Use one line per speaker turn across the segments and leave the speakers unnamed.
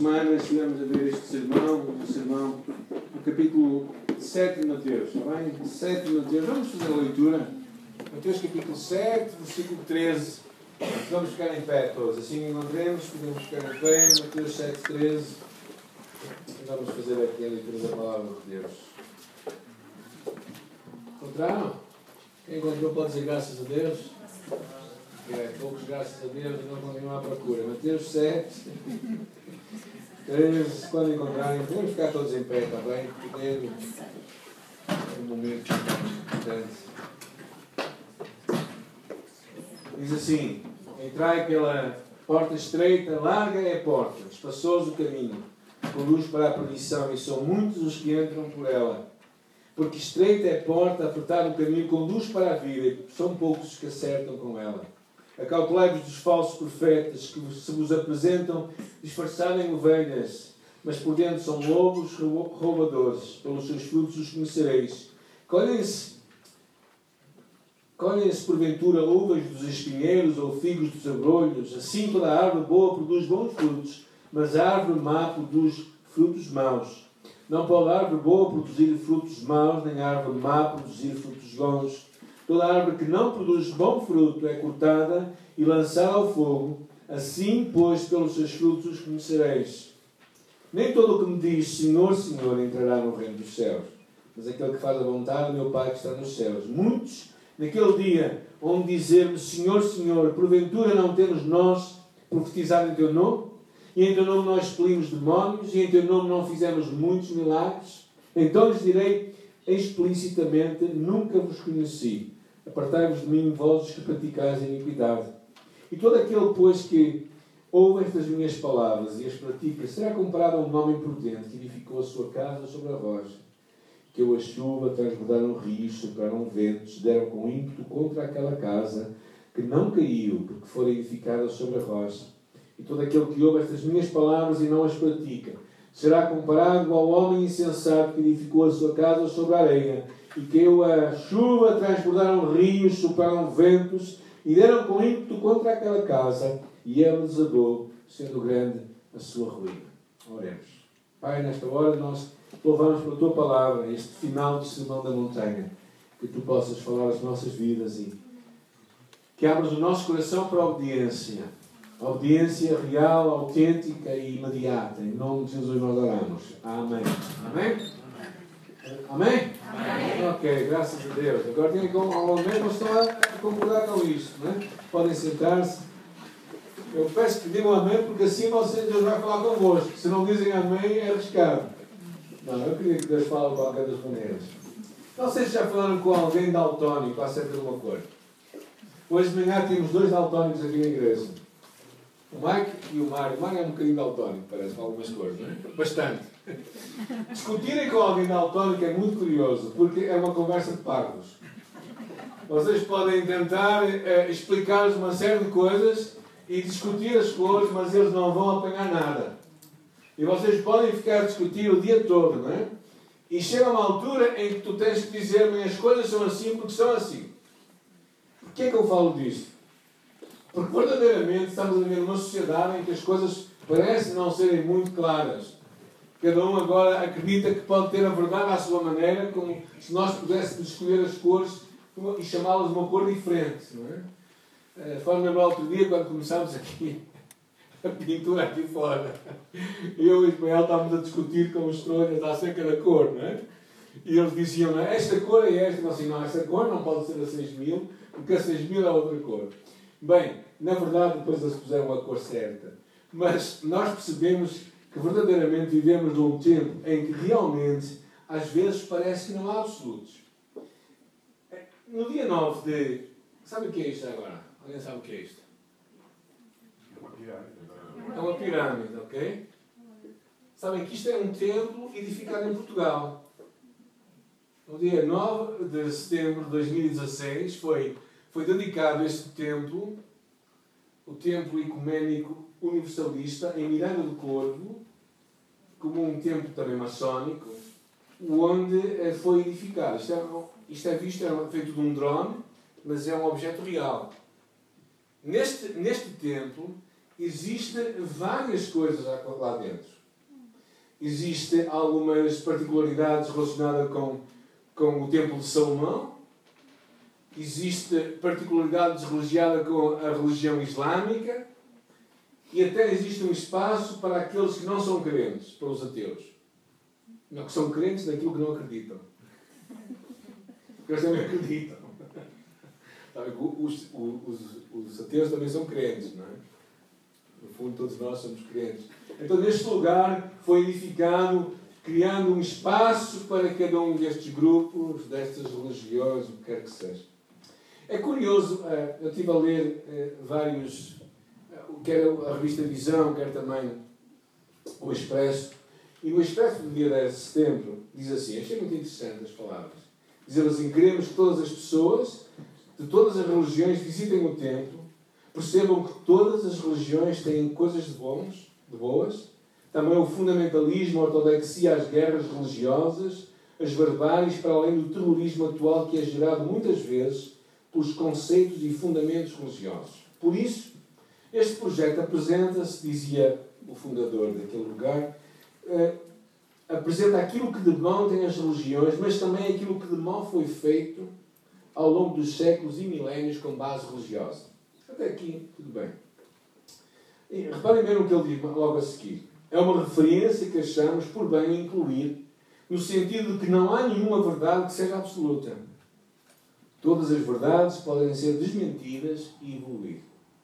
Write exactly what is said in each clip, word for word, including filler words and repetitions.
semana estivemos a ver este sermão, o sermão, no capítulo sete de Mateus, está bem? sete de Mateus, vamos fazer a leitura. Mateus capítulo sete, versículo treze. Vamos ficar em pé todos, assim encontremos, podemos ficar em pé. Mateus sete, treze. Vamos fazer aqui a leitura da palavra de Deus. Encontraram? Quem encontrou pode dizer graças a Deus. É, poucos graças a Deus e não continuar à procura. Mateus sete, treze. Quando encontrarem, podemos ficar todos em pé, está bem? Podemos. É um momento importante. Diz assim: entrai pela porta estreita, larga é a porta, espaçoso o caminho, conduz para a perdição, e são muitos os que entram por ela. Porque estreita é a porta, apertado o caminho, conduz para a vida, e são poucos os que acertam com ela. Acautelai-vos dos falsos profetas, que se vos apresentam disfarçados em ovelhas, mas por dentro são lobos roubadores. Pelos seus frutos os conhecereis. Colhem-se Colhem-se porventura uvas dos espinheiros ou figos dos abrolhos. Assim toda a árvore boa produz bons frutos, mas a árvore má produz frutos maus. Não pode a árvore boa produzir frutos maus, nem a árvore má produzir frutos bons. Toda a árvore que não produz bom fruto é cortada e lançada ao fogo. Assim, pois, pelos seus frutos os conhecereis. Nem todo o que me diz Senhor, Senhor entrará no reino dos céus, mas aquele que faz a vontade do meu Pai que está nos céus. Muitos, naquele dia, vão dizer-me Senhor, Senhor, porventura não temos nós profetizado em teu nome? E em teu nome nós expelimos demónios? E em teu nome não fizemos muitos milagres? Então lhes direi explicitamente: nunca vos conheci. Apartai-vos de mim, vós os que praticais a iniquidade. E todo aquele, pois, que ouve estas minhas palavras e as pratica, será comparado a um homem prudente que edificou a sua casa sobre a rocha. Que a chuva, transbordaram rios, sopraram ventos, deram com ímpeto contra aquela casa, que não caiu, porque fora edificada sobre a rocha. E todo aquele que ouve estas minhas palavras e não as pratica, será comparado ao homem insensato que edificou a sua casa sobre a areia. E caiu a chuva, transbordaram rios, sopraram ventos, e deram com ímpeto contra aquela casa, e ela desabou, sendo grande a sua ruína. Oremos. Pai, nesta hora nós louvamos pela Tua palavra, este final do Sermão da Montanha, que Tu possas falar as nossas vidas e que abras o nosso coração para a obediência. A obediência real, autêntica e imediata. Em nome de Jesus nós oramos. Amém. Amém? Amém? Amém? Ok, graças a Deus. Agora tem como ao menos estão a concordar com isto, não é? Podem sentar-se. Eu peço que digam amém, porque assim vocês, Deus vai falar convosco. Se não dizem amém, é arriscado. Não, eu queria que Deus fale de qualquer das maneiras. Não sei se já falaram com alguém daltónico acerca de uma cor. Hoje de manhã tínhamos dois daltónicos aqui na igreja. O Mike e o Mário. O Mário é um bocadinho daltónico, parece, com algumas cores, não é? Bastante. Discutirem com alguém daltónico é muito curioso, porque é uma conversa de parvos. Vocês podem tentar uh, explicar-lhes uma série de coisas e discutir as cores, mas eles não vão apanhar nada. E vocês podem ficar a discutir o dia todo, não é? E chega uma altura em que tu tens que dizer-me as coisas são assim porque são assim. Porquê é que eu falo disto? Porque verdadeiramente estamos a viver numa sociedade em que as coisas parecem não serem muito claras. Cada um agora acredita que pode ter a verdade à sua maneira, como se nós pudéssemos escolher as cores e chamá-las de uma cor diferente, não é? Faz-me lembrar outro dia, quando começámos aqui a pintura aqui fora. Eu e o Ismael estávamos a discutir com os trolhas acerca da cor, não é? E eles diziam, esta cor é esta. E nós assim, não, esta cor não pode ser a seis mil, porque a seis mil é outra cor. Bem, na verdade, depois eles puseram a cor certa. Mas nós percebemos que verdadeiramente vivemos num tempo em que realmente, às vezes, parece que não há absolutos. No dia nove de... Sabe o que é isto agora? Alguém sabe o que é isto?
É uma pirâmide.
É uma pirâmide, ok? Sabem que isto é um templo edificado em Portugal. No dia nove de setembro de dois mil e dezasseis foi, foi dedicado este templo, o Templo Ecuménico Universalista, em Miranda do Corvo, como um templo também maçónico, onde foi edificado. Isto é, isto é visto, é feito de um drone, mas é um objeto real. Neste, neste templo existem várias coisas lá dentro. Existem algumas particularidades relacionadas com, com o Templo de Salomão. Existem particularidades relacionadas com a religião islâmica. E até existe um espaço para aqueles que não são crentes, para os ateus. Não, que são crentes naquilo que não acreditam. Porque eles também acreditam. Os, os, os ateus também são crentes, não é? No fundo, todos nós somos crentes. Então, neste lugar, foi edificado, criando um espaço para cada um destes grupos, destas religiões, o que quer que seja. É curioso, eu estive a ler vários, quer a revista Visão, quer também o Expresso, e no Expresso do dia dez de setembro diz assim, achei muito interessante as palavras, dizer assim, queremos que todas as pessoas de todas as religiões visitem o templo, percebam que todas as religiões têm coisas de bons, de boas, também o fundamentalismo, a ortodoxia, as guerras religiosas, as barbáries, para além do terrorismo atual que é gerado muitas vezes pelos conceitos e fundamentos religiosos. Por isso, este projeto apresenta-se, dizia o fundador daquele lugar, eh, apresenta aquilo que de bom tem as religiões, mas também aquilo que de mal foi feito ao longo dos séculos e milénios com base religiosa. Até aqui, tudo bem. E reparem bem no que ele diz logo a seguir. É uma referência que achamos por bem incluir, no sentido de que não há nenhuma verdade que seja absoluta. Todas as verdades podem ser desmentidas e evoluir.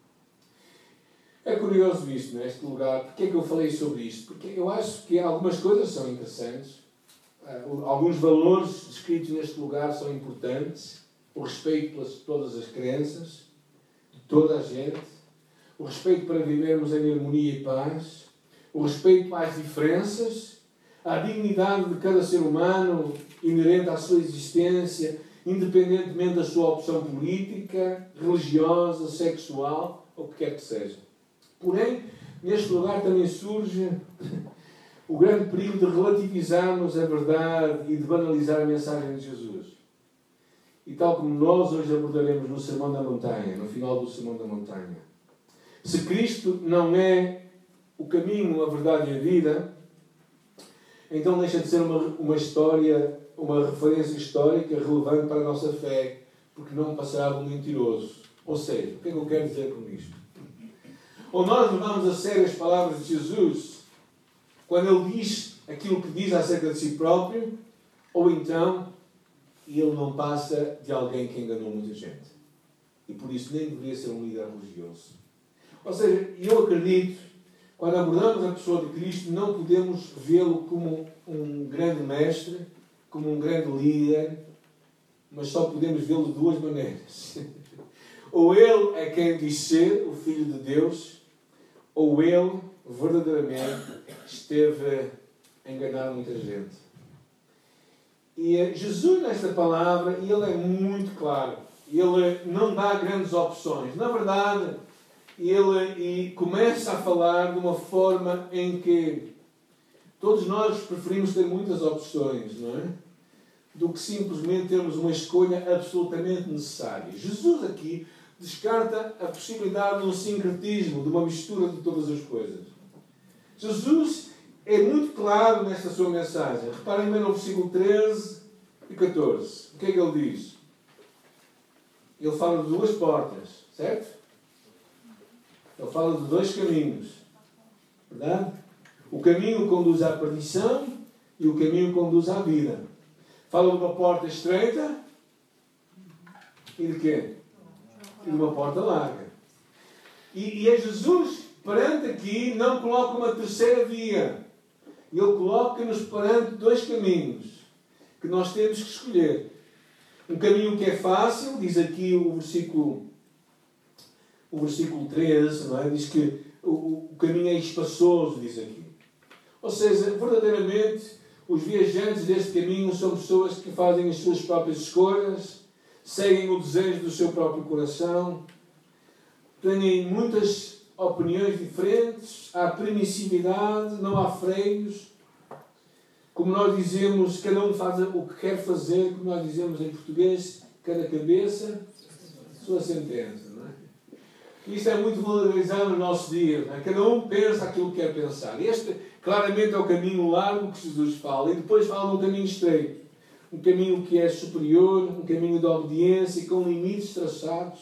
É curioso isto, neste lugar. Porquê é que eu falei sobre isto? Porque eu acho que algumas coisas são interessantes. Alguns valores descritos neste lugar são importantes. O respeito pelas todas as crenças, de toda a gente. O respeito para vivermos em harmonia e paz. O respeito às diferenças. À dignidade de cada ser humano inerente à sua existência, independentemente da sua opção política, religiosa, sexual, ou o que quer que seja. Porém, neste lugar também surge o grande perigo de relativizarmos a verdade e de banalizar a mensagem de Jesus. E tal como nós hoje abordaremos no Sermão da Montanha, no final do Sermão da Montanha. Se Cristo não é o caminho, a verdade e a vida, então deixa de ser uma, uma história, uma referência histórica relevante para a nossa fé, porque não passará de um mentiroso. Ou seja, o que é que eu quero dizer com isto? Ou nós levamos a sério as palavras de Jesus quando Ele diz aquilo que diz acerca de si próprio, ou então Ele não passa de alguém que enganou muita gente. E por isso nem deveria ser um líder religioso. Ou seja, eu acredito, quando abordamos a pessoa de Cristo, não podemos vê-lo como um grande mestre, como um grande líder, mas só podemos vê-lo de duas maneiras. Ou Ele é quem diz ser o Filho de Deus, ou Ele, verdadeiramente, esteve a enganar muita gente. E Jesus, nesta palavra, Ele é muito claro. Ele não dá grandes opções. Na verdade, Ele e começa a falar de uma forma em que todos nós preferimos ter muitas opções, não é? Do que simplesmente termos uma escolha absolutamente necessária. Jesus aqui descarta a possibilidade de um sincretismo, de uma mistura de todas as coisas. Jesus é muito claro nesta sua mensagem. Reparem bem no versículo treze e catorze. O que é que ele diz? Ele fala de duas portas, certo? Ele fala de dois caminhos. Verdade? O caminho conduz à perdição e o caminho conduz à vida. Fala de uma porta estreita e de quê? E de uma porta larga. E, e é Jesus, perante aqui, não coloca uma terceira via. Ele coloca-nos perante dois caminhos que nós temos que escolher. Um caminho que é fácil, diz aqui o versículo, o versículo treze, não é? Diz que o, o caminho é espaçoso, diz aqui. Ou seja, verdadeiramente, os viajantes deste caminho são pessoas que fazem as suas próprias escolhas, seguem o desejo do seu próprio coração, têm muitas opiniões diferentes, há permissividade, não há freios. Como nós dizemos, cada um faz o que quer fazer, como nós dizemos em português, cada cabeça, sua sentença, não é? Isso é muito valorizado nos nossos dias. Né? Cada um pensa aquilo que quer pensar. Este, claramente, é o caminho largo que Jesus fala. E depois fala num caminho estreito. Um caminho que é superior, um caminho de obediência, com limites traçados.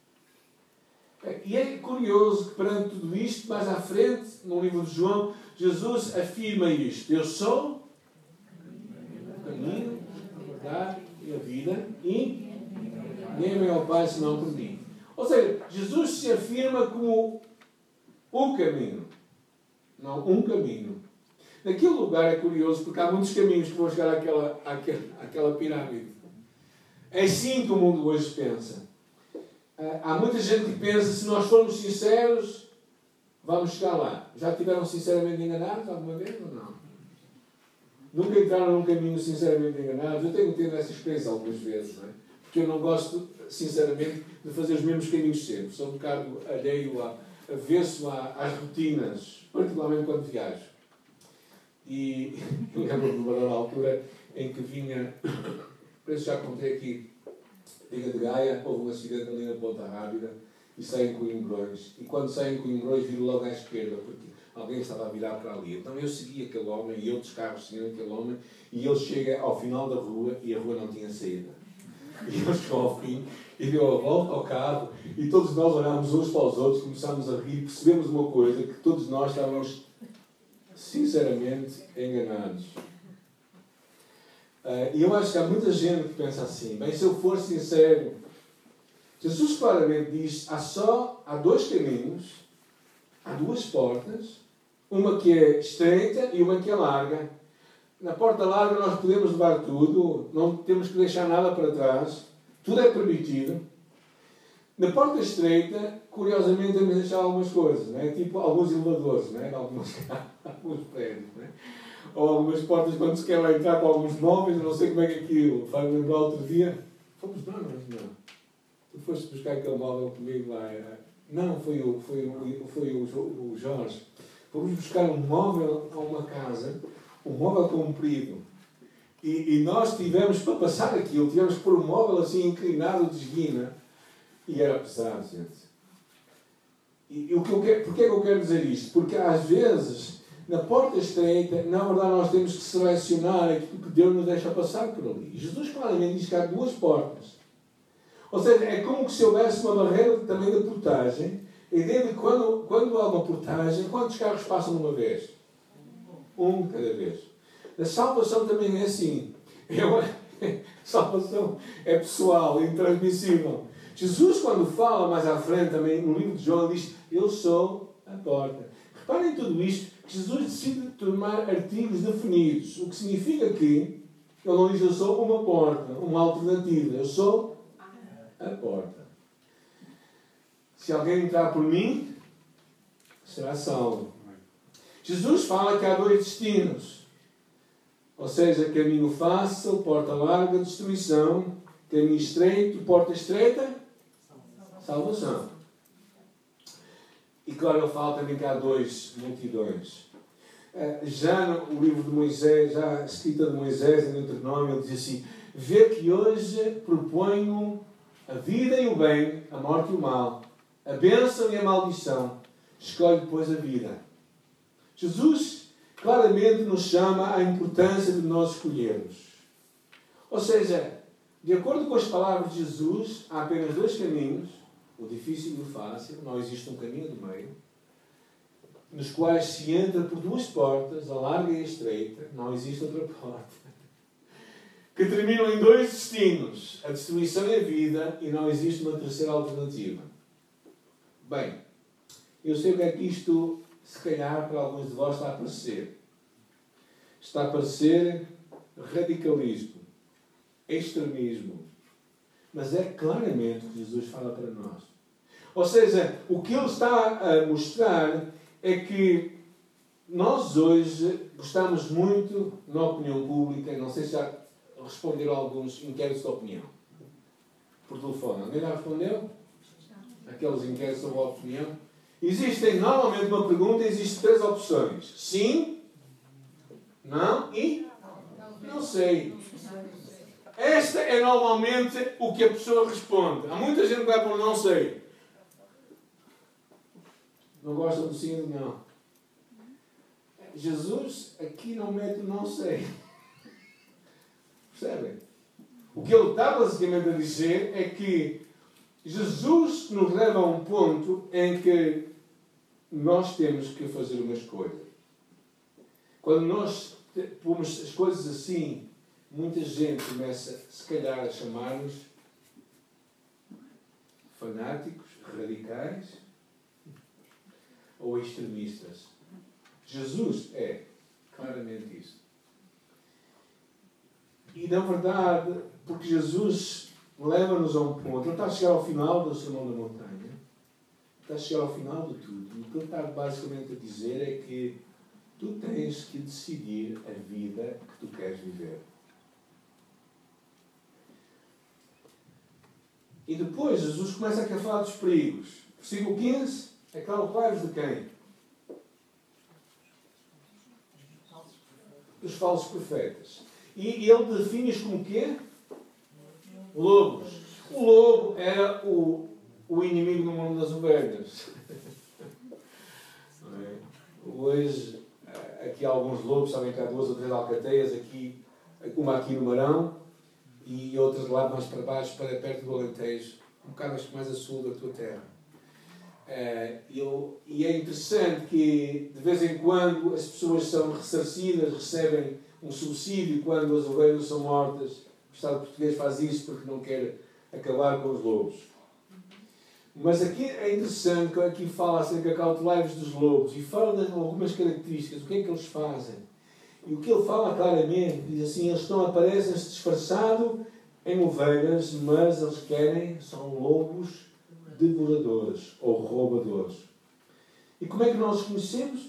E é curioso que, perante tudo isto, mais à frente, no livro de João, Jesus afirma isto. Eu sou o caminho, a verdade e a vida, e ninguém vem ao Pai senão por mim. Ou seja, Jesus se afirma como o caminho, não um caminho. Naquele lugar é curioso, porque há muitos caminhos que vão chegar àquela, àquela, àquela pirâmide. É assim que o mundo hoje pensa. Há muita gente que pensa, se nós formos sinceros, vamos chegar lá. Já estiveram sinceramente enganados alguma vez ou não? Nunca entraram num caminho sinceramente enganados? Eu tenho tido essa experiência algumas vezes, não é? Porque eu não gosto, sinceramente, de fazer os mesmos caminhos sempre. Sou um bocado alheio, a, avesso às rotinas, particularmente quando viajo. E lembro-me de uma altura em que vinha, parece que já contei aqui, Liga de Gaia, houve um acidente ali na Ponta Rábida e saem Coimbrões. E quando saem Coimbrões, viro logo à esquerda, porque alguém estava a virar para ali. Então eu segui aquele homem e outros carros seguiam aquele homem e ele chega ao final da rua e a rua não tinha saída. E ele chegou ao fim e deu a volta ao carro e todos nós olhámos uns para os outros, começámos a rir e percebemos uma coisa, que todos nós estávamos sinceramente enganados. Uh, e eu acho que há muita gente que pensa assim, bem, se eu for sincero, Jesus claramente diz, há só, há dois caminhos, há duas portas, uma que é estreita e uma que é larga. Na porta larga nós podemos levar tudo, não temos que deixar nada para trás, tudo é permitido. Na porta estreita, curiosamente, temos de deixar algumas coisas, não é? Tipo alguns elevadores, não é? Alguns, alguns prédios, não é? Ou algumas portas quando se quer lá entrar com alguns móveis, eu não sei como é que aquilo. Faz-me lembrar outro dia. Fomos nós, não, não. Tu foste buscar aquele móvel comigo lá. Era... Não, foi, o, foi, o, foi o, o Jorge. Fomos buscar um móvel a uma casa, um móvel comprido. E, e nós tivemos, para passar aquilo, tivemos que pôr um móvel assim inclinado de esquina. E era pesado, gente. E, e o que eu quero, porquê é que eu quero dizer isto? Porque às vezes, na porta estreita, na verdade nós temos que selecionar aquilo que Deus nos deixa passar por ali. E Jesus claramente diz que há duas portas. Ou seja, é como se houvesse uma barreira também de portagem. A ideia de quando, quando há uma portagem, quantos carros passam de uma vez? Um cada vez. A salvação também é assim. É uma... salvação é pessoal, intransmissível. Jesus, quando fala mais à frente também, no livro de João, diz, eu sou a porta. Reparem tudo isto, Jesus decide tornar artigos definidos, o que significa que ele não diz, eu sou uma porta, uma alternativa, eu sou a porta. Se alguém entrar por mim, será salvo. Jesus fala que há dois destinos, ou seja, caminho fácil, porta larga, destruição, caminho estreito, porta estreita, salvação. E claro, ele fala também que há dois multidões. Já no livro de Moisés, já a escrita de Moisés, em Deuteronômio, ele diz assim, vê que hoje proponho a vida e o bem, a morte e o mal, a bênção e a maldição. Escolhe, pois, a vida. Jesus claramente nos chama à importância de nós escolhermos. Ou seja, de acordo com as palavras de Jesus, há apenas dois caminhos, o difícil e o fácil, não existe um caminho do meio, nos quais se entra por duas portas, a larga e a estreita, não existe outra porta, que terminam em dois destinos, a destruição e a vida, e não existe uma terceira alternativa. Bem, eu sei o que é que isto, se calhar, para alguns de vós está a parecer. Está a parecer radicalismo, extremismo. Mas é claramente o que Jesus fala para nós. Ou seja, o que ele está a mostrar é que nós hoje gostamos muito, na opinião pública, não sei se já responderam a alguns inquéritos de opinião, por telefone. Alguém já respondeu? Aqueles inquéritos sobre a opinião. Existem, normalmente, uma pergunta, existem três opções. Sim, não e não sei. Esta é normalmente o que a pessoa responde. Há muita gente que vai por não sei. Não gostam do sim e do não. Jesus aqui não mete o não sei. Percebem? O que ele está basicamente a dizer é que Jesus nos leva a um ponto em que nós temos que fazer uma escolha. Quando nós pomos as coisas assim, muita gente começa, se calhar, a chamar-nos fanáticos, radicais ou extremistas. Jesus é claramente isso. E, na verdade, porque Jesus leva-nos a um ponto, ele está a chegar ao final do Sermão da Montanha, está a chegar ao final de tudo, e o que ele está basicamente a dizer é que tu tens que decidir a vida que tu queres viver. E depois Jesus começa a falar dos perigos. Versículo quinze, acautelai-vos de quem? Dos falsos profetas. E ele define-os como quê? Lobos. O lobo era o, o inimigo no mundo das ovelhas. Não é? Hoje, aqui há alguns lobos, sabem que há duas ou três alcateias, aqui, uma aqui no Marão e outras lá mais para baixo, para perto do Alentejo, um bocado mais a sul da tua terra. Uh, eu, e é interessante que, de vez em quando, as pessoas são ressarcidas, recebem um subsídio quando as ovelhas são mortas. O Estado português faz isso porque não quer acabar com os lobos. Mas aqui é interessante que aqui fala acerca de cautelai-vos dos lobos e fala de algumas características, o que é que eles fazem. E o que ele fala claramente, diz assim, eles estão, aparecem-se disfarçados em ovelhas, mas eles querem, são lobos devoradores ou roubadores. E como é que nós os conhecemos?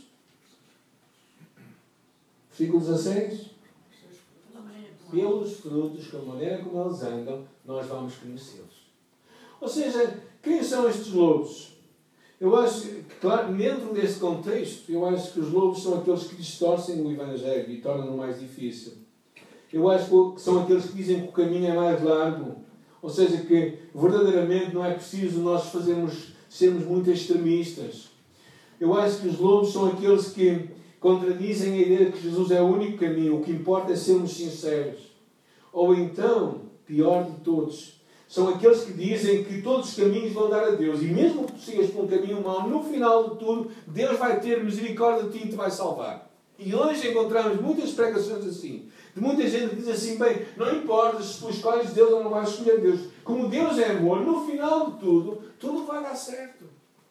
Versículo dezasseis. Pelos frutos, com a maneira como eles andam, nós vamos conhecê-los. Ou seja, quem são estes lobos? Eu acho que, claro, dentro deste contexto, eu acho que os lobos são aqueles que distorcem o Evangelho e tornam-no mais difícil. Eu acho que são aqueles que dizem que o caminho é mais largo. Ou seja, que verdadeiramente não é preciso nós fazermos, sermos muito extremistas. Eu acho que os lobos são aqueles que contradizem a ideia de que Jesus é o único caminho. O que importa é sermos sinceros. Ou então, pior de todos, são aqueles que dizem que todos os caminhos vão dar a Deus. E mesmo que tu sigas por um caminho mau, no final de tudo, Deus vai ter misericórdia de ti e te vai salvar. E hoje encontramos muitas pregações assim. De muita gente que diz assim, bem, não importa se tu escolhes Deus ou não vais escolher Deus. Como Deus é amor, no final de tudo, tudo vai dar certo.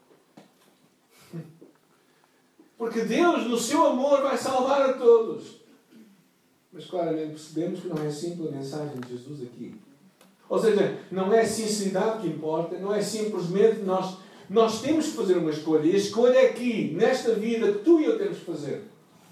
Porque Deus, no seu amor, vai salvar a todos. Mas claramente percebemos que não é simples a mensagem de Jesus aqui. Ou seja, não é a sinceridade que importa, não é simplesmente nós, nós temos que fazer uma escolha. E a escolha é aqui, nesta vida, que tu e eu temos que fazer.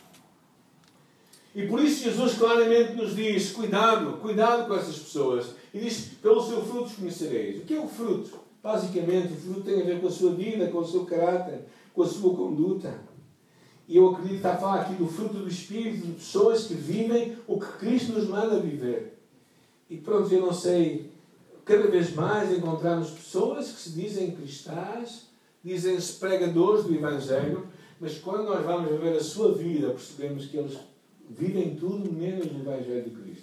E por isso Jesus claramente nos diz, cuidado, cuidado com essas pessoas. E diz, pelo seu fruto os conhecereis. O que é o fruto? Basicamente, o fruto tem a ver com a sua vida, com o seu caráter, com a sua conduta. E eu acredito que está a falar aqui do fruto do Espírito, de pessoas que vivem o que Cristo nos manda viver. E pronto, eu não sei, cada vez mais encontramos pessoas que se dizem cristãs, dizem-se pregadores do Evangelho, mas quando nós vamos ver a sua vida, percebemos que eles vivem tudo menos o Evangelho de Cristo.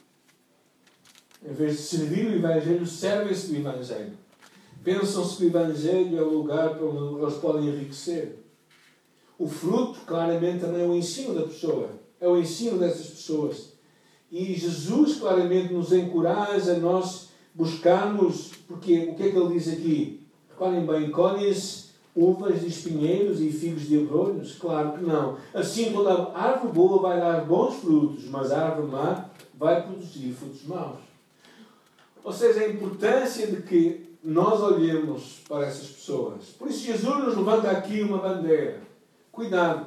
Em vez de servir o Evangelho, servem-se do Evangelho. Pensam-se que o Evangelho é o lugar para onde eles podem enriquecer. O fruto, claramente, também é o ensino da pessoa. É o ensino dessas pessoas. E Jesus, claramente, nos encoraja a nós buscarmos, porque o que é que ele diz aqui? Reparem bem, colhem-se uvas de espinheiros e figos de abrolhos? Claro que não. Assim, quando a árvore boa vai dar bons frutos, mas a árvore má vai produzir frutos maus. Ou seja, a importância de que nós olhemos para essas pessoas. Por isso, Jesus nos levanta aqui uma bandeira. Cuidado.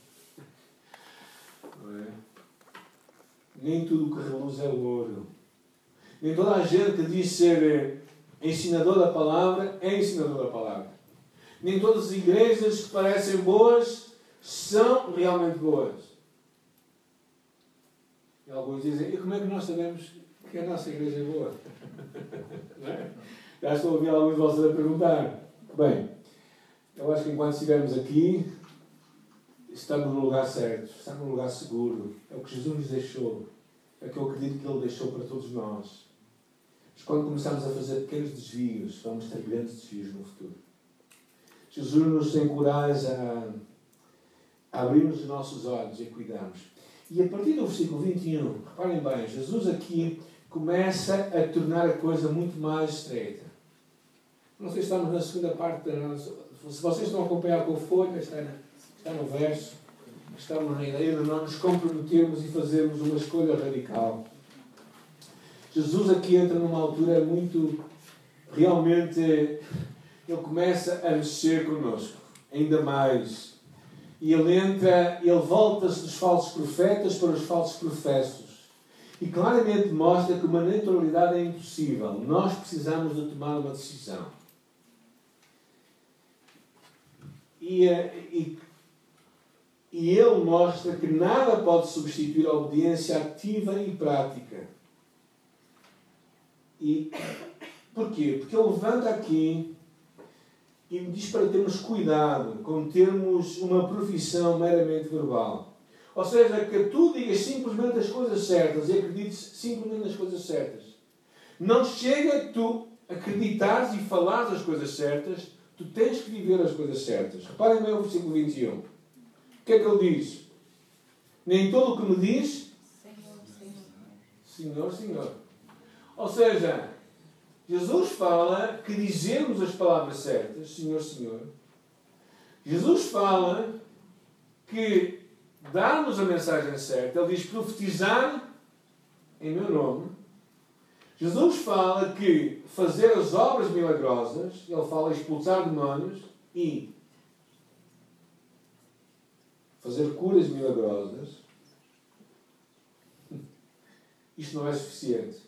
Não é? Nem tudo o que reluz é ouro. Nem toda a gente que diz ser ensinador da palavra é ensinador da palavra. Nem todas as igrejas que parecem boas são realmente boas. E alguns dizem, e como é que nós sabemos que a nossa igreja é boa? Não é? Já estou a ouvir alguns de vocês a perguntar. Bem, Eu acho que enquanto estivermos aqui, estamos no lugar certo, estamos no lugar seguro. É o que Jesus nos deixou. É o que eu acredito que Ele deixou para todos nós. Mas quando começamos a fazer pequenos desvios, vamos ter grandes desvios no futuro. Jesus nos encoraja a abrirmos os nossos olhos e a cuidarmos. E a partir do versículo vinte e um, reparem bem, Jesus aqui começa a tornar a coisa muito mais estreita. Não sei se estamos na segunda parte, se vocês estão a acompanhar com o folha, está, na, está no verso, estamos na ideia de nós nos comprometermos e fazermos uma escolha radical. Jesus aqui entra numa altura muito, realmente, Ele começa a mexer connosco, ainda mais. E Ele entra, Ele volta-se dos falsos profetas para os falsos professos. E claramente mostra que uma neutralidade é impossível. Nós precisamos de tomar uma decisão. E, e, e Ele mostra que nada pode substituir a obediência ativa e prática. E porquê? Porque Ele levanta aqui e me diz para termos cuidado com termos uma profissão meramente verbal. Ou seja, que tu digas simplesmente as coisas certas e acredites simplesmente nas coisas certas. Não chega tu acreditares e falares as coisas certas, tu tens que viver as coisas certas. Reparem bem o versículo vinte e um. O que é que ele diz? Nem todo o que me diz, Senhor, Senhor. Senhor. Ou seja, Jesus fala que dizemos as palavras certas, Senhor, Senhor. Jesus fala que dar-nos a mensagem certa. Ele diz profetizar em meu nome. Jesus fala que fazer as obras milagrosas. Ele fala expulsar demónios e fazer curas milagrosas. Isto não é suficiente.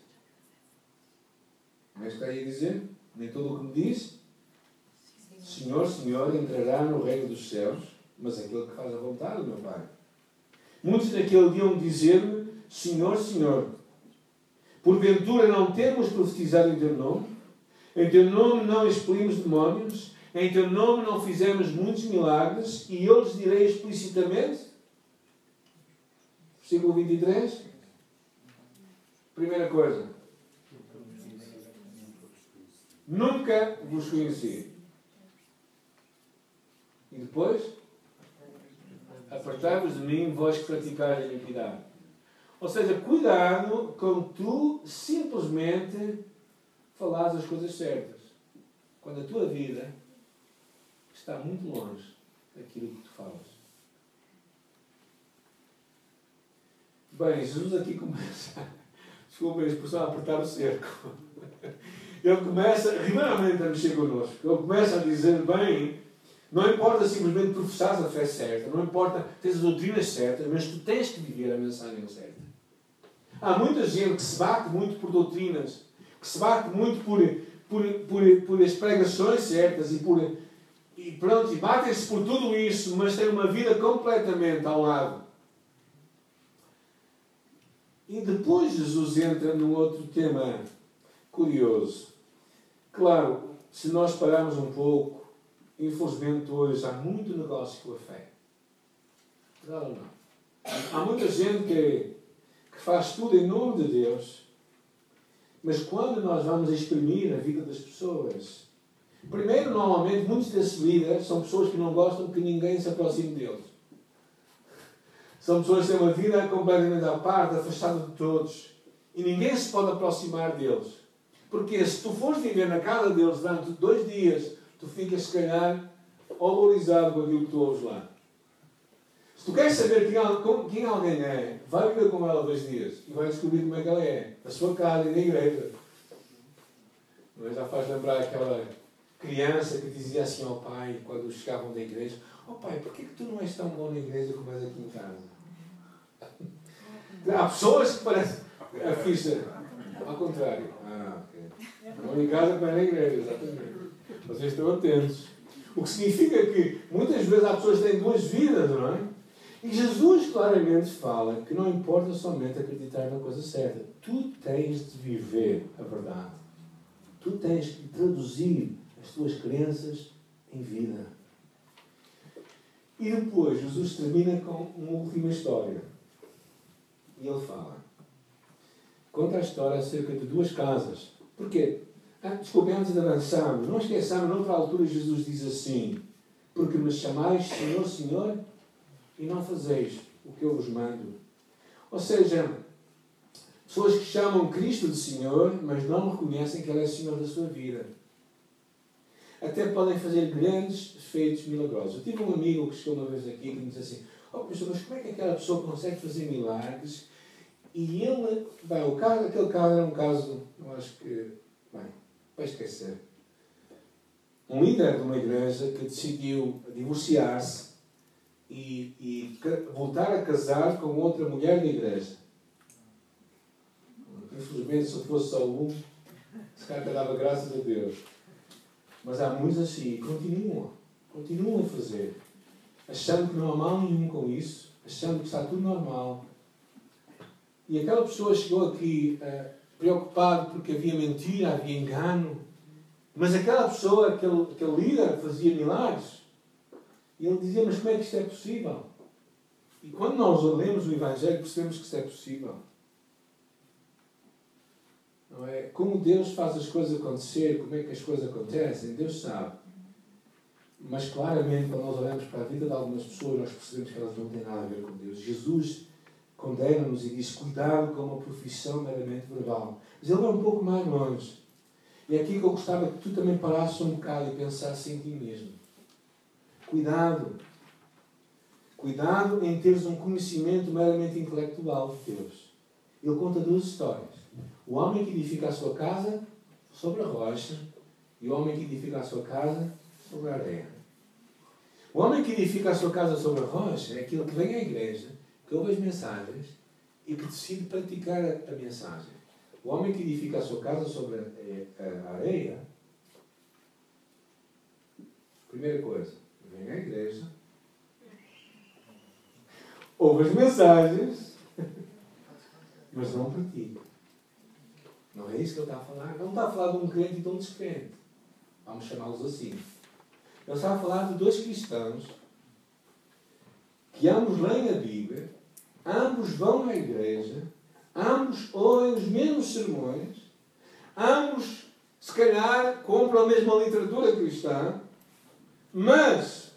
Mas está aí a dizer, nem todo o que me diz, Senhor, Senhor, entrará no reino dos céus, mas aquele que faz a vontade do meu Pai. Muitos daquele dia vão dizer-me, Senhor, Senhor, porventura não temos profetizado em teu nome? Em teu nome não expelimos demónios? Em teu nome não fizemos muitos milagres? E eu lhes direi explicitamente? Versículo vinte e três. Primeira coisa. Nunca vos conheci. E depois? Apartai-vos de mim, vós que praticais a iniquidade. Ou seja, cuidado com tu simplesmente falares as coisas certas. Quando a tua vida está muito longe daquilo que tu falas. Bem, Jesus aqui começa, desculpa a expressão, a apertar o cerco. Ele começa realmente a mexer connosco. Ele começa a dizer, bem, não importa simplesmente professares a fé certa, não importa teres as doutrinas certas, mas tu tens que viver a mensagem certa. Há muita gente que se bate muito por doutrinas, que se bate muito por, por, por, por as pregações certas e por e pronto, e batem-se por tudo isso, mas têm uma vida completamente ao lado. E depois Jesus entra num outro tema curioso. Claro, se nós pararmos um pouco, infelizmente hoje há muito negócio com a fé. Verdade ou não? Há muita gente que, que faz tudo em nome de Deus, mas quando nós vamos exprimir a vida das pessoas, primeiro, normalmente, muitos desses líderes são pessoas que não gostam que ninguém se aproxime deles. São pessoas que têm uma vida completamente à parte, afastada de todos, e ninguém se pode aproximar deles. Porque se tu fores viver na casa deles durante dois dias, tu ficas, se calhar, horrorizado com aquilo que tu ouves lá. Se tu queres saber quem, quem alguém é, vai viver com ela dois dias e vai descobrir como é que ela é, na sua casa e na igreja. Mas já faz lembrar aquela criança que dizia assim ao pai, quando chegavam da igreja, ó oh, pai, porquê que tu não és tão bom na igreja como és aqui em casa? Há pessoas que parecem a ficha. Ao contrário. Ah, ok. Não em casa, mas na igreja, exatamente. Vocês estão atentos. O que significa que muitas vezes há pessoas que têm duas vidas, não é? E Jesus claramente fala que não importa somente acreditar na coisa certa. Tu tens de viver a verdade. Tu tens de traduzir as tuas crenças em vida. E depois Jesus termina com uma última história. E ele fala. Conta a história acerca de duas casas. Porquê? Ah, desculpem, antes de avançarmos, não esqueçamos, noutra altura Jesus diz assim: porque me chamais Senhor, Senhor, e não fazeis o que eu vos mando. Ou seja, pessoas que chamam Cristo de Senhor, mas não reconhecem que Ele é Senhor da sua vida. Até podem fazer grandes feitos milagrosos. Eu tive um amigo que chegou uma vez aqui que me disse assim: oh, pastor, mas como é que aquela pessoa consegue fazer milagres? E ele, bem, o caso, aquele caso era um caso, eu acho que, bem, vai esquecer. Um líder de uma igreja que decidiu divorciar-se e, e voltar a casar com outra mulher da igreja. Infelizmente, se fosse só um, se calhar dava graças a Deus. Mas há muitos assim, e continuam, continuam a fazer, achando que não há mal nenhum com isso, achando que está tudo normal. E aquela pessoa chegou aqui uh, preocupada porque havia mentira, havia engano. Mas aquela pessoa, aquele, aquele líder, fazia milagres. E ele dizia: mas como é que isto é possível? E quando nós lemos o Evangelho, percebemos que isto é possível. Não é? Como Deus faz as coisas acontecer, como é que as coisas acontecem, Deus sabe. Mas claramente, quando nós olhamos para a vida de algumas pessoas, nós percebemos que elas não têm nada a ver com Deus. Jesus condena-nos e diz: cuidado com uma profissão meramente verbal. Mas ele vai um pouco mais longe. E é aqui que eu gostava que tu também parasses um bocado e pensasses em ti mesmo. Cuidado. Cuidado em teres um conhecimento meramente intelectual de Deus. Ele conta duas histórias. O homem que edifica a sua casa sobre a rocha e o homem que edifica a sua casa sobre a areia. O homem que edifica a sua casa sobre a rocha é aquele que vem à igreja, que ouve as mensagens e que decide praticar a, a mensagem. O homem que edifica a sua casa sobre a, a, a areia, primeira coisa, vem à igreja, ouve as mensagens, mas não pratica. Não é isso que ele está a falar. Não está a falar de um crente e de um descrente. Vamos chamá-los assim. Ele está a falar de dois cristãos que ambos leem a Bíblia, ambos vão à igreja, ambos ouvem os mesmos sermões, ambos, se calhar, compram a mesma literatura cristã, mas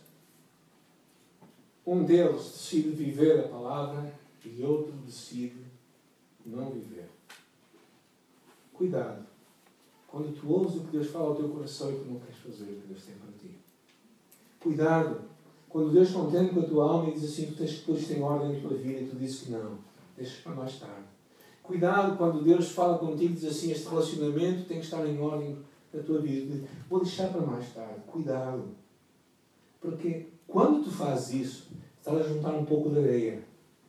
um deles decide viver a palavra e outro decide não viver. Cuidado. Quando tu ouves o que Deus fala ao teu coração e tu não queres fazer o que Deus tem para ti. Cuidado. Quando Deus contende com a tua alma e diz assim: tu tens que pôr isto em ordem na tua vida, e tu dizes que não. Deixas para mais tarde. Cuidado quando Deus fala contigo e diz assim: este relacionamento tem que estar em ordem na tua vida. Vou deixar para mais tarde. Cuidado. Porque quando tu fazes isso, estás a juntar um pouco de areia.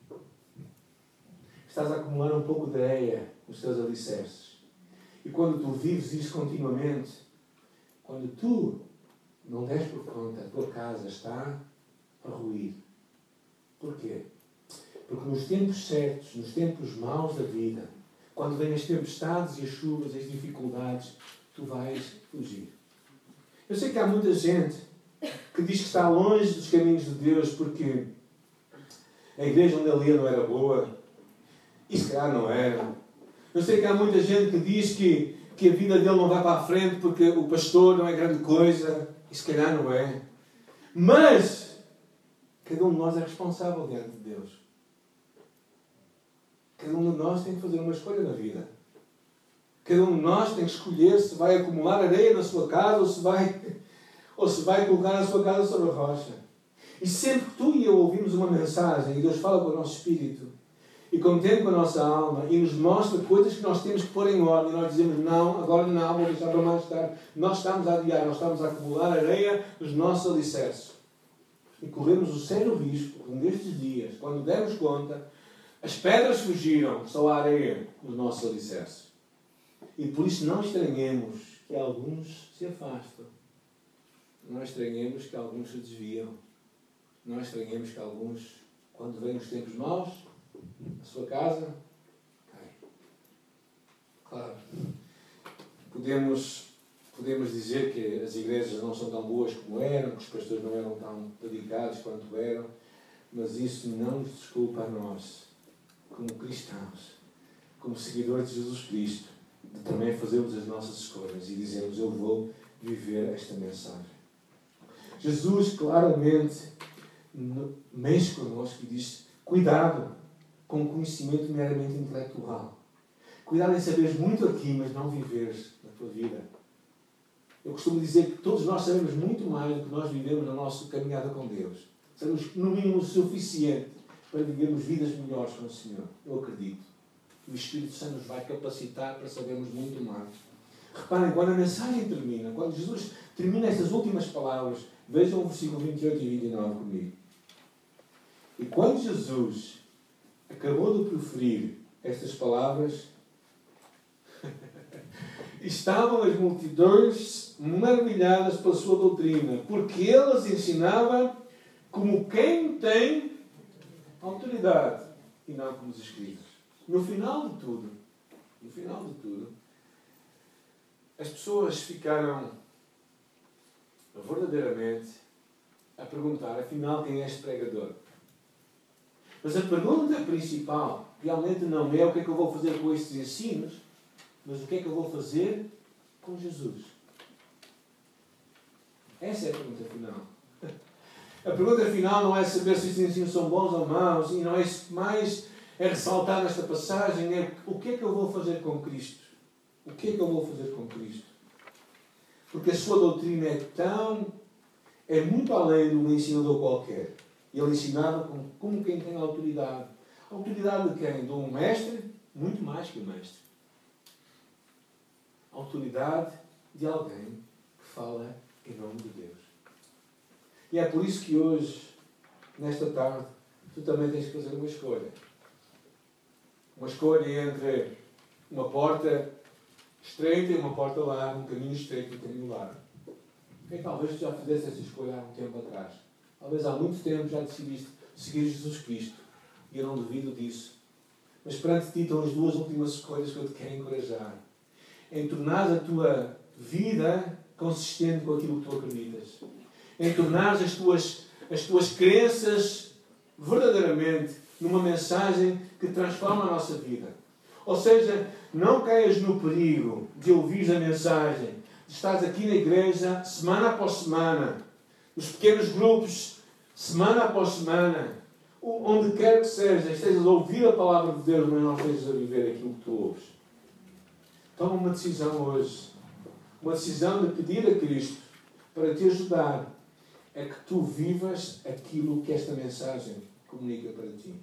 Estás a acumular um pouco de areia nos teus alicerces. E quando tu vives isso continuamente, quando tu não des por conta, a tua casa está a ruir. Porquê? Porque nos tempos certos, nos tempos maus da vida, quando vêm as tempestades e as chuvas, as dificuldades, tu vais fugir. Eu sei que há muita gente que diz que está longe dos caminhos de Deus porque a igreja onde ele ia não era boa, e se calhar não era. Eu sei que há muita gente que diz que, que a vida dele não vai para a frente porque o pastor não é grande coisa, e se calhar não é. Mas cada um de nós é responsável diante de Deus. Cada um de nós tem que fazer uma escolha na vida. Cada um de nós tem que escolher se vai acumular areia na sua casa ou se vai, ou se vai colocar a sua casa sobre a rocha. E sempre que tu e eu ouvimos uma mensagem e Deus fala com o nosso espírito e contém com a nossa alma e nos mostra coisas que nós temos que pôr em ordem, e nós dizemos: não, agora não, vou deixar para mais tarde. Nós estamos a adiar, nós estamos a acumular areia nos nossos alicerces. E corremos o sério risco, um destes dias, quando demos conta, as pedras fugiram, só a areia nos nossos alicerces. E por isso não estranhemos que alguns se afastam. Não estranhemos que alguns se desviam. Não estranhemos que alguns, quando vêm os tempos maus, a sua casa cai. Claro. Podemos, podemos dizer que as igrejas não são tão boas como eram, que os pastores não eram tão dedicados quanto eram, mas isso não nos desculpa a nós, como cristãos, como seguidores de Jesus Cristo, de também fazermos as nossas escolhas e dizermos: eu vou viver esta mensagem. Jesus claramente mexe connosco e diz: cuidado com o conhecimento meramente intelectual. Cuidado em saberes muito aqui, mas não viveres na tua vida. Eu costumo dizer que todos nós sabemos muito mais do que nós vivemos na nossa caminhada com Deus. Sabemos, no mínimo, o suficiente para vivermos vidas melhores com o Senhor. Eu acredito que o Espírito Santo nos vai capacitar para sabermos muito mais. Reparem, quando a mensagem termina, quando Jesus termina estas últimas palavras, vejam o versículo vinte e oito e vinte e nove comigo. E quando Jesus acabou de proferir estas palavras, estavam as multidões maravilhadas pela sua doutrina, porque ele as ensinava como quem tem autoridade e não como os escribas. No final de tudo, no final de tudo, as pessoas ficaram verdadeiramente a perguntar: afinal, quem é este pregador? Mas a pergunta principal realmente não é o que é que eu vou fazer com estes ensinos, mas o que é que eu vou fazer com Jesus? Essa é a pergunta final. A pergunta final não é saber se estes ensinos são bons ou maus, e não é isso que mais é ressaltar nesta passagem, é o que é que eu vou fazer com Cristo? O que é que eu vou fazer com Cristo? Porque a sua doutrina é tão... é muito além de um ensinador qualquer. Ele ensinava como, como quem tem autoridade. A autoridade de quem? De um mestre? Muito mais que um mestre. A autoridade de alguém que fala em nome de Deus. E é por isso que hoje, nesta tarde, tu também tens que fazer uma escolha. Uma escolha entre uma porta estreita e uma porta larga, um caminho estreito e um caminho largo. E talvez tu já fizesse essa escolha há um tempo atrás. Talvez há muito tempo já decidiste seguir Jesus Cristo. E eu não duvido disso. Mas perante ti estão as duas últimas escolhas que eu te quero encorajar. Em tornar a tua vida consistente com aquilo que tu acreditas. Em tornar as tuas, as tuas crenças verdadeiramente numa mensagem que transforma a nossa vida. Ou seja, não caias no perigo de ouvir a mensagem, de estares aqui na igreja semana após semana, nos pequenos grupos, semana após semana, onde quer que seja, estejas a ouvir a palavra de Deus, mas não estejas a viver aquilo que tu ouves. Toma uma decisão hoje. Uma decisão de pedir a Cristo para te ajudar a que tu vivas aquilo que esta mensagem comunica para ti.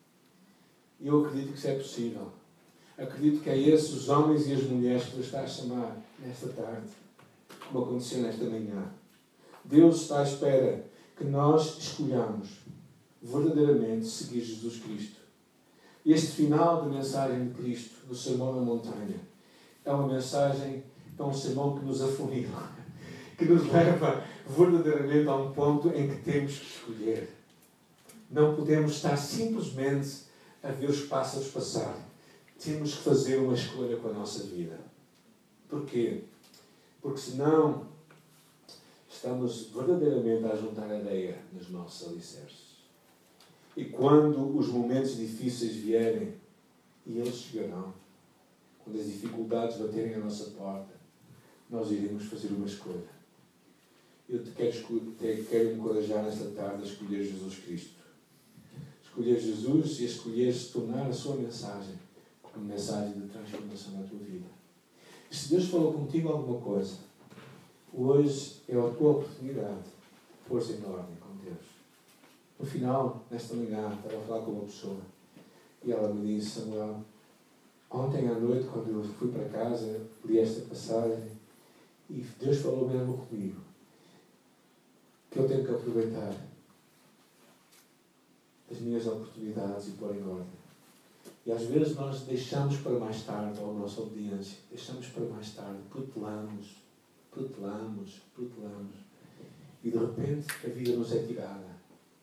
E eu acredito que isso é possível. Acredito que é esses os homens e as mulheres que tu estás a chamar nesta tarde, como aconteceu nesta manhã. Deus está à espera que nós escolhamos verdadeiramente seguir Jesus Cristo. Este final da mensagem de Cristo, do Sermão na Montanha, é uma mensagem, é um sermão que nos afunila, que nos leva verdadeiramente a um ponto em que temos que escolher. Não podemos estar simplesmente a ver os pássaros passar. Temos que fazer uma escolha com a nossa vida. Porquê? Porque senão estamos verdadeiramente a juntar areia nos nossos alicerces. E quando os momentos difíceis vierem, e eles chegarão, quando as dificuldades baterem à nossa porta, nós iremos fazer uma escolha. Eu te quero, te quero encorajar nesta tarde a escolher Jesus Cristo. Escolher Jesus e escolher se tornar a sua mensagem como mensagem de transformação na tua vida. E se Deus falou contigo alguma coisa, hoje é a tua oportunidade de pôr-se em ordem com Deus. No final, nesta manhã, estava a falar com uma pessoa e ela me disse: Samuel, ontem à noite, quando eu fui para casa, li esta passagem e Deus falou mesmo comigo que eu tenho que aproveitar as minhas oportunidades e pôr em ordem. E às vezes nós deixamos para mais tarde a nossa obediência, deixamos para mais tarde, protelamos, protelamos, protelamos, e de repente a vida nos é tirada.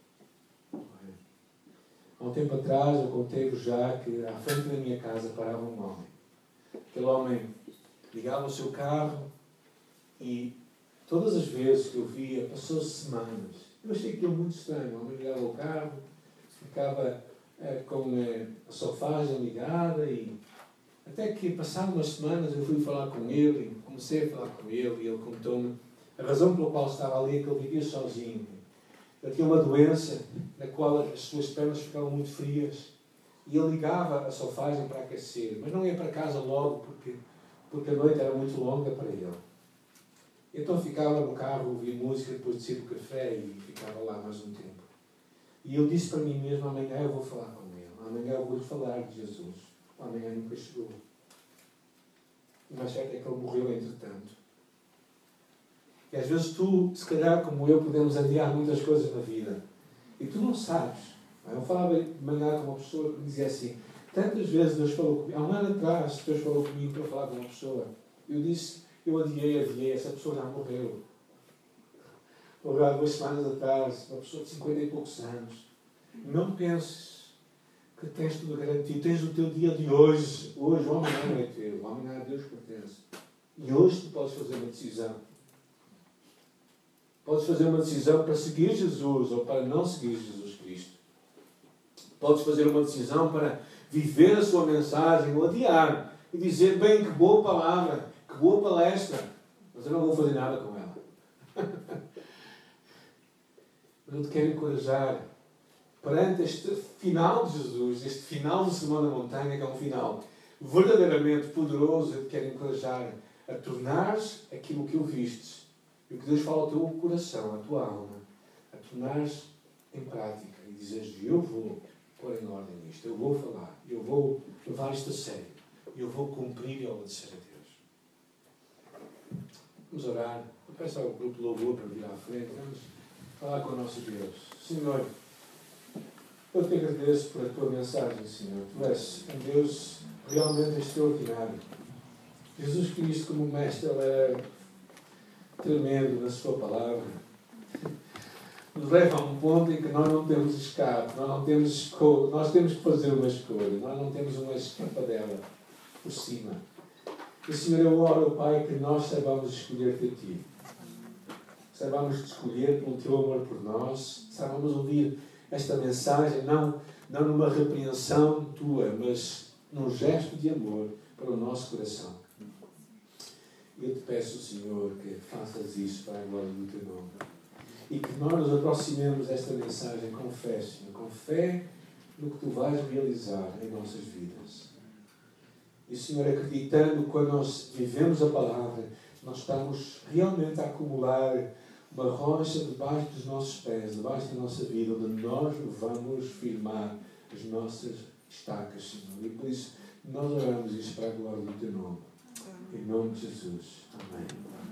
Há um tempo atrás eu contei-vos já que à frente da minha casa parava um homem. Aquele homem ligava o seu carro E todas as vezes que eu via, passou semanas. Eu achei aquilo muito estranho. O homem ligava o carro, ficava eh, com eh, a sofagem ligada e até que passaram umas semanas eu fui falar com ele, e comecei a falar com ele e ele contou-me a razão pela qual estava ali é que ele vivia sozinho. Ele tinha uma doença na qual as suas pernas ficavam muito frias e ele ligava a sofagem para aquecer, mas não ia para casa logo porque, porque a noite era muito longa para ele. Então ficava no carro, ouvia música, depois de sair do café e ficava lá mais um tempo. E eu disse para mim mesmo, amanhã eu vou falar com ele, amanhã eu vou-lhe falar de Jesus. Amanhã nunca chegou. O mais certo é que ele morreu entretanto. E às vezes tu, se calhar como eu, podemos adiar muitas coisas na vida. E tu não sabes. Eu falava de manhã com uma pessoa que me dizia assim, tantas vezes Deus falou comigo, há um ano atrás Deus falou comigo para falar com uma pessoa. Eu disse, eu adiei, adiei, essa pessoa já morreu. Ou há duas semanas atrás, uma pessoa de cinquenta e poucos anos. Não penses que tens tudo garantido, tens o teu dia de hoje. Hoje, o amanhã não é teu, o amanhã a Deus pertence. E hoje tu podes fazer uma decisão. Podes fazer uma decisão para seguir Jesus ou para não seguir Jesus Cristo. Podes fazer uma decisão para viver a sua mensagem ou adiar e dizer, bem, que boa palavra, que boa palestra, mas eu não vou fazer nada com ela. Mas eu te quero encorajar perante este final de Jesus, este final do Sermão da Montanha, que é um final verdadeiramente poderoso. Eu te quero encorajar a tornares aquilo que ouvistes e o que Deus fala ao teu coração, à tua alma, a tornares em prática e dizeres, eu vou pôr em ordem isto, eu vou falar, eu vou levar isto a sério, eu vou cumprir e obedecer a Deus. Vamos orar. Eu peço ao grupo de louvor para vir à frente. Vamos falar com o nosso Deus. Senhor, eu te agradeço por a tua mensagem, Senhor. Tu és um Deus realmente extraordinário. Jesus Cristo, como mestre, ele é tremendo na sua palavra. Nos leva a um ponto em que nós não temos escape, nós não temos escolha, nós temos que fazer uma escolha, nós não temos uma escapadela por cima. E, Senhor, eu oro, Pai, que nós saibamos escolher-te a Ti. Saibamos escolher pelo Teu amor por nós, saibamos ouvir esta mensagem, não, não numa repreensão Tua, mas num gesto de amor para o nosso coração. Eu te peço, Senhor, que faças isso para a glória do Teu nome. E que nós nos aproximemos desta mensagem com fé, Senhor, com fé no que Tu vais realizar em nossas vidas. E, Senhor, acreditando que quando nós vivemos a palavra, nós estamos realmente a acumular uma rocha debaixo dos nossos pés, debaixo da nossa vida, onde nós vamos firmar as nossas estacas, Senhor. E por isso nós oramos isto para a glória do Teu nome. Em nome de Jesus. Amém.